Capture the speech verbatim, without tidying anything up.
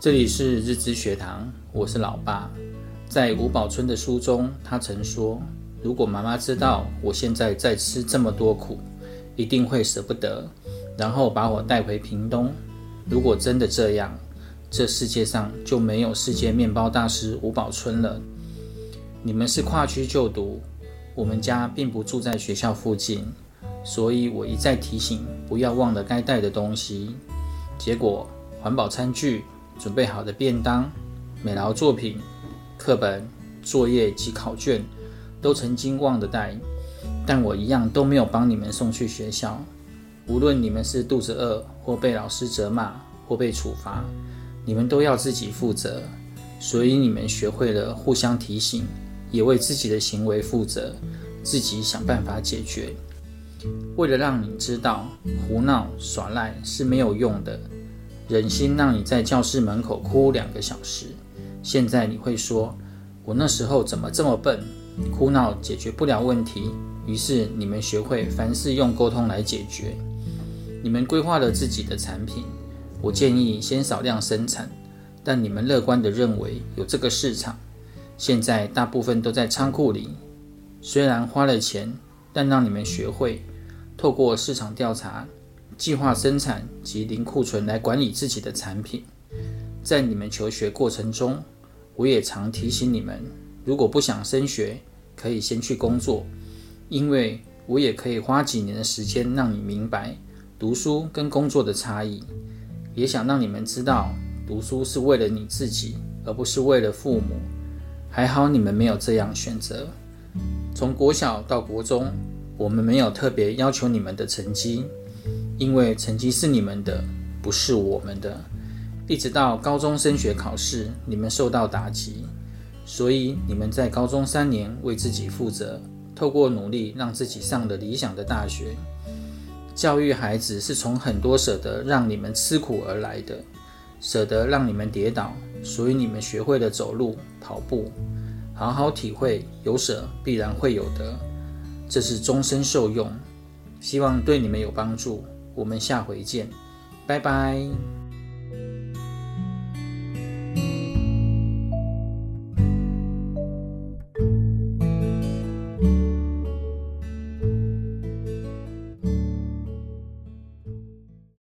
这里是日知学堂，我是老爸。在吴宝春的书中，他曾说，如果妈妈知道我现在在吃这么多苦，一定会舍不得，然后把我带回屏东。如果真的这样，这世界上就没有世界面包大师吴宝春了。你们是跨区就读，我们家并不住在学校附近，所以我一再提醒不要忘了该带的东西。结果环保餐具、准备好的便当、美劳作品、课本、作业及考卷都曾经忘了带，但我一样都没有帮你们送去学校。无论你们是肚子饿，或被老师责骂，或被处罚，你们都要自己负责。所以你们学会了互相提醒，也为自己的行为负责，自己想办法解决。为了让你知道胡闹耍赖是没有用的，忍心让你在教室门口哭两个小时，现在你会说，我那时候怎么这么笨，哭闹解决不了问题。于是你们学会凡事用沟通来解决。你们规划了自己的产品，我建议先少量生产，但你们乐观地认为有这个市场。现在大部分都在仓库里，虽然花了钱，但让你们学会透过市场调查、计划生产及零库存来管理自己的产品。在你们求学过程中，我也常提醒你们，如果不想升学，可以先去工作，因为我也可以花几年的时间让你明白读书跟工作的差异，也想让你们知道，读书是为了你自己，而不是为了父母。还好你们没有这样选择。从国小到国中，我们没有特别要求你们的成绩，因为成绩是你们的，不是我们的。一直到高中升学考试，你们受到打击，所以你们在高中三年为自己负责，透过努力让自己上了理想的大学。教育孩子是从很多舍得让你们吃苦而来的，舍得让你们跌倒，所以你们学会了走路、跑步。好好体会，有舍必然会有得，这是终身受用。希望对你们有帮助。我们下回见，拜拜。